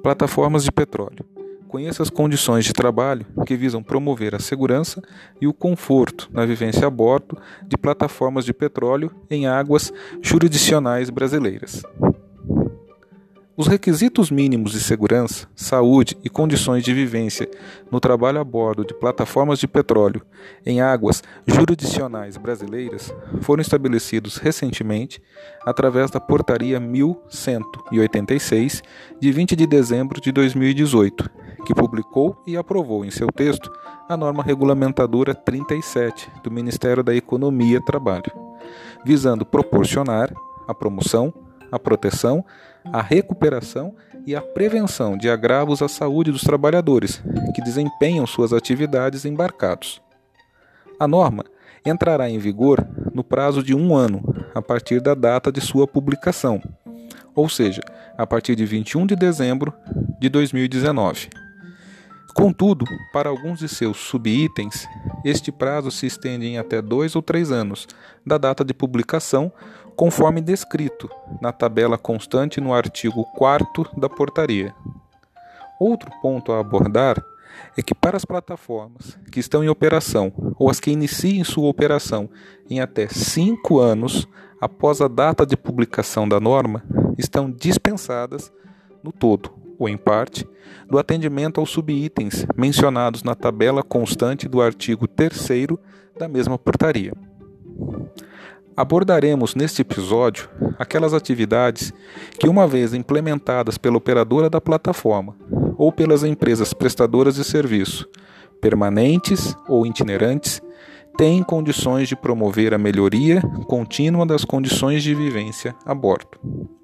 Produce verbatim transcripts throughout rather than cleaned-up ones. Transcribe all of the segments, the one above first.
Plataformas de petróleo. Conheça as condições de trabalho que visam promover a segurança e o conforto na vivência a bordo de plataformas de petróleo em águas jurisdicionais brasileiras. Os requisitos mínimos de segurança, saúde e condições de vivência no trabalho a bordo de plataformas de petróleo em águas jurisdicionais brasileiras foram estabelecidos recentemente através da Portaria mil cento e oitenta e seis, de vinte de dezembro de dois mil e dezoito, que publicou e aprovou em seu texto a norma regulamentadora trinta e sete do Ministério da Economia e Trabalho, visando proporcionar a promoção, a proteção, a recuperação e a prevenção de agravos à saúde dos trabalhadores que desempenham suas atividades embarcados. A norma entrará em vigor no prazo de um ano, a partir da data de sua publicação, ou seja, a partir de vinte e um de dezembro de dois mil e dezenove. Contudo, para alguns de seus subitens, este prazo se estende em até dois ou três anos da data de publicação, conforme descrito na tabela constante no artigo quarto da portaria. Outro ponto a abordar é que para as plataformas que estão em operação ou as que iniciem sua operação em até cinco anos após a data de publicação da norma, estão dispensadas no todo, ou em parte, do atendimento aos subitens mencionados na tabela constante do artigo terceiro da mesma portaria. Abordaremos neste episódio aquelas atividades que, uma vez implementadas pela operadora da plataforma ou pelas empresas prestadoras de serviço, permanentes ou itinerantes, têm condições de promover a melhoria contínua das condições de vivência a bordo.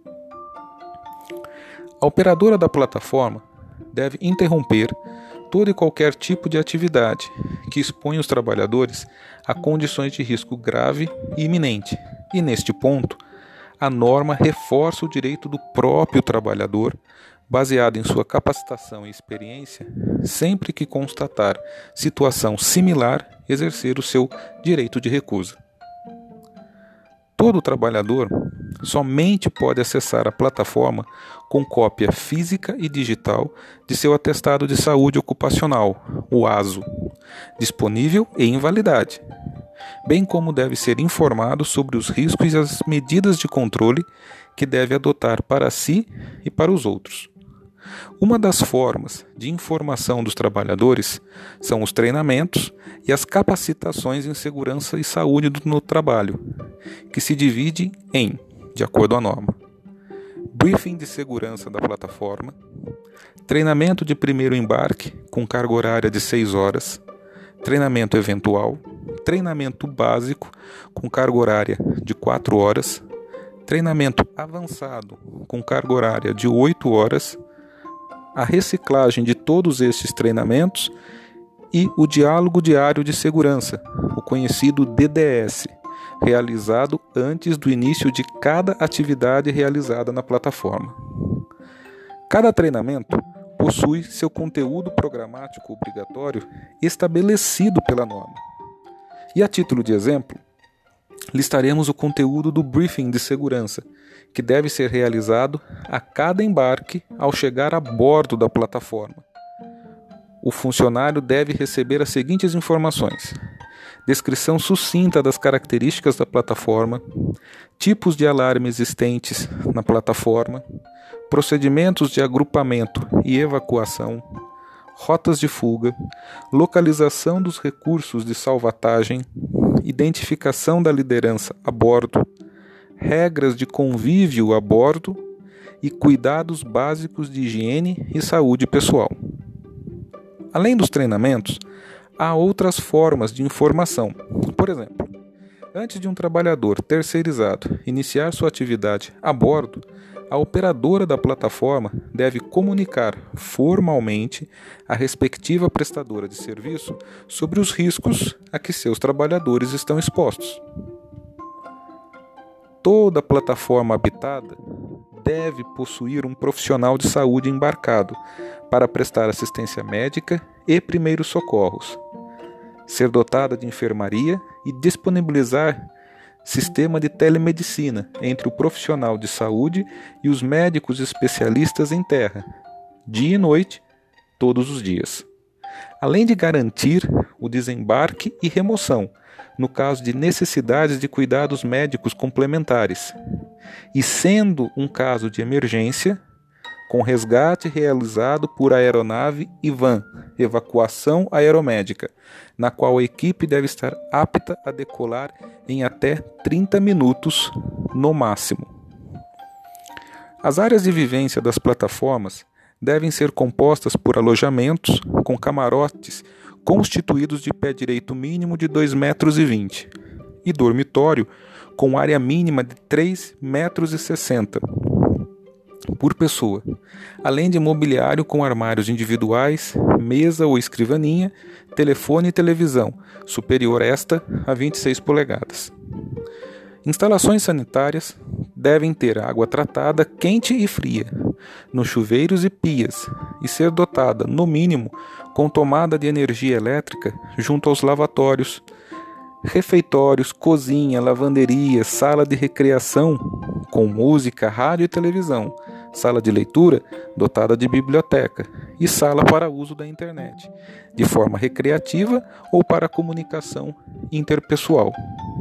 A operadora da plataforma deve interromper todo e qualquer tipo de atividade que exponha os trabalhadores a condições de risco grave e iminente. E, neste ponto, a norma reforça o direito do próprio trabalhador, baseado em sua capacitação e experiência, sempre que constatar situação similar, exercer o seu direito de recusa. Todo trabalhador somente pode acessar a plataforma com cópia física e digital de seu atestado de saúde ocupacional, o ASO, disponível e em validade, bem como deve ser informado sobre os riscos e as medidas de controle que deve adotar para si e para os outros. Uma das formas de informação dos trabalhadores são os treinamentos e as capacitações em segurança e saúde no trabalho, que se divide em, de acordo à norma, briefing de segurança da plataforma, treinamento de primeiro embarque com carga horária de seis horas, treinamento eventual, treinamento básico com carga horária de quatro horas, treinamento avançado com carga horária de oito horas, a reciclagem de todos estes treinamentos e o diálogo diário de segurança, o conhecido D D S, realizado antes do início de cada atividade realizada na plataforma. Cada treinamento possui seu conteúdo programático obrigatório estabelecido pela norma. E a título de exemplo, listaremos o conteúdo do briefing de segurança, que deve ser realizado a cada embarque ao chegar a bordo da plataforma. O funcionário deve receber as seguintes informações: descrição sucinta das características da plataforma, tipos de alarme existentes na plataforma, procedimentos de agrupamento e evacuação, rotas de fuga, localização dos recursos de salvatagem, identificação da liderança a bordo, regras de convívio a bordo e cuidados básicos de higiene e saúde pessoal. Além dos treinamentos, há outras formas de informação. Por exemplo, antes de um trabalhador terceirizado iniciar sua atividade a bordo, a operadora da plataforma deve comunicar formalmente à respectiva prestadora de serviço sobre os riscos a que seus trabalhadores estão expostos. Toda plataforma habitada deve possuir um profissional de saúde embarcado para prestar assistência médica e primeiros socorros, ser dotada de enfermaria e disponibilizar sistema de telemedicina entre o profissional de saúde e os médicos especialistas em terra, dia e noite, todos os dias. Além de garantir o desembarque e remoção, no caso de necessidades de cuidados médicos complementares, e sendo um caso de emergência, com resgate realizado por aeronave e van, evacuação aeromédica, na qual a equipe deve estar apta a decolar em até trinta minutos no máximo. As áreas de vivência das plataformas devem ser compostas por alojamentos com camarotes constituídos de pé direito mínimo de dois metros e vinte e dormitório com área mínima de três metros e sessenta por pessoa, além de mobiliário com armários individuais, mesa ou escrivaninha, telefone e televisão, superior esta a vinte e seis polegadas. Instalações sanitárias devem ter água tratada quente e fria, nos chuveiros e pias, e ser dotada, no mínimo, com tomada de energia elétrica junto aos lavatórios, refeitórios, cozinha, lavanderia, sala de recreação com música, rádio e televisão, sala de leitura dotada de biblioteca e sala para uso da internet, de forma recreativa ou para comunicação interpessoal.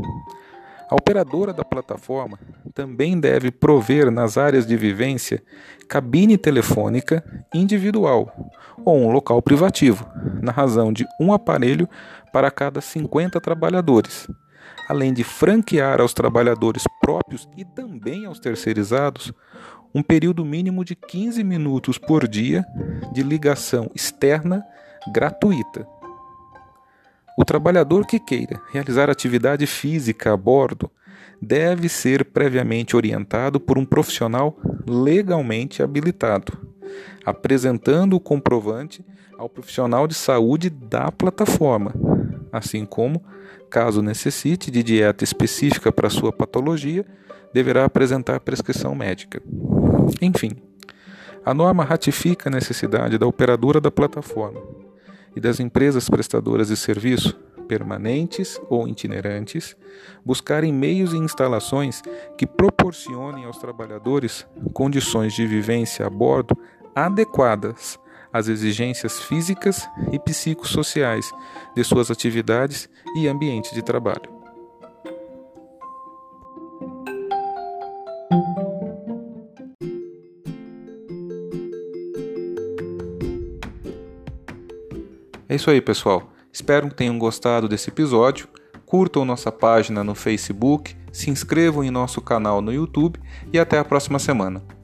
A operadora da plataforma também deve prover nas áreas de vivência cabine telefônica individual ou um local privativo, na razão de um aparelho para cada cinquenta trabalhadores, além de franquear aos trabalhadores próprios e também aos terceirizados um período mínimo de quinze minutos por dia de ligação externa gratuita. O trabalhador que queira realizar atividade física a bordo deve ser previamente orientado por um profissional legalmente habilitado, apresentando o comprovante ao profissional de saúde da plataforma, assim como, caso necessite de dieta específica para sua patologia, deverá apresentar prescrição médica. Enfim, a norma ratifica a necessidade da operadora da plataforma e das empresas prestadoras de serviço, permanentes ou itinerantes, buscarem meios e instalações que proporcionem aos trabalhadores condições de vivência a bordo adequadas às exigências físicas e psicossociais de suas atividades e ambiente de trabalho. É isso aí, pessoal. Espero que tenham gostado desse episódio. Curtam nossa página no Facebook, se inscrevam em nosso canal no YouTube e até a próxima semana.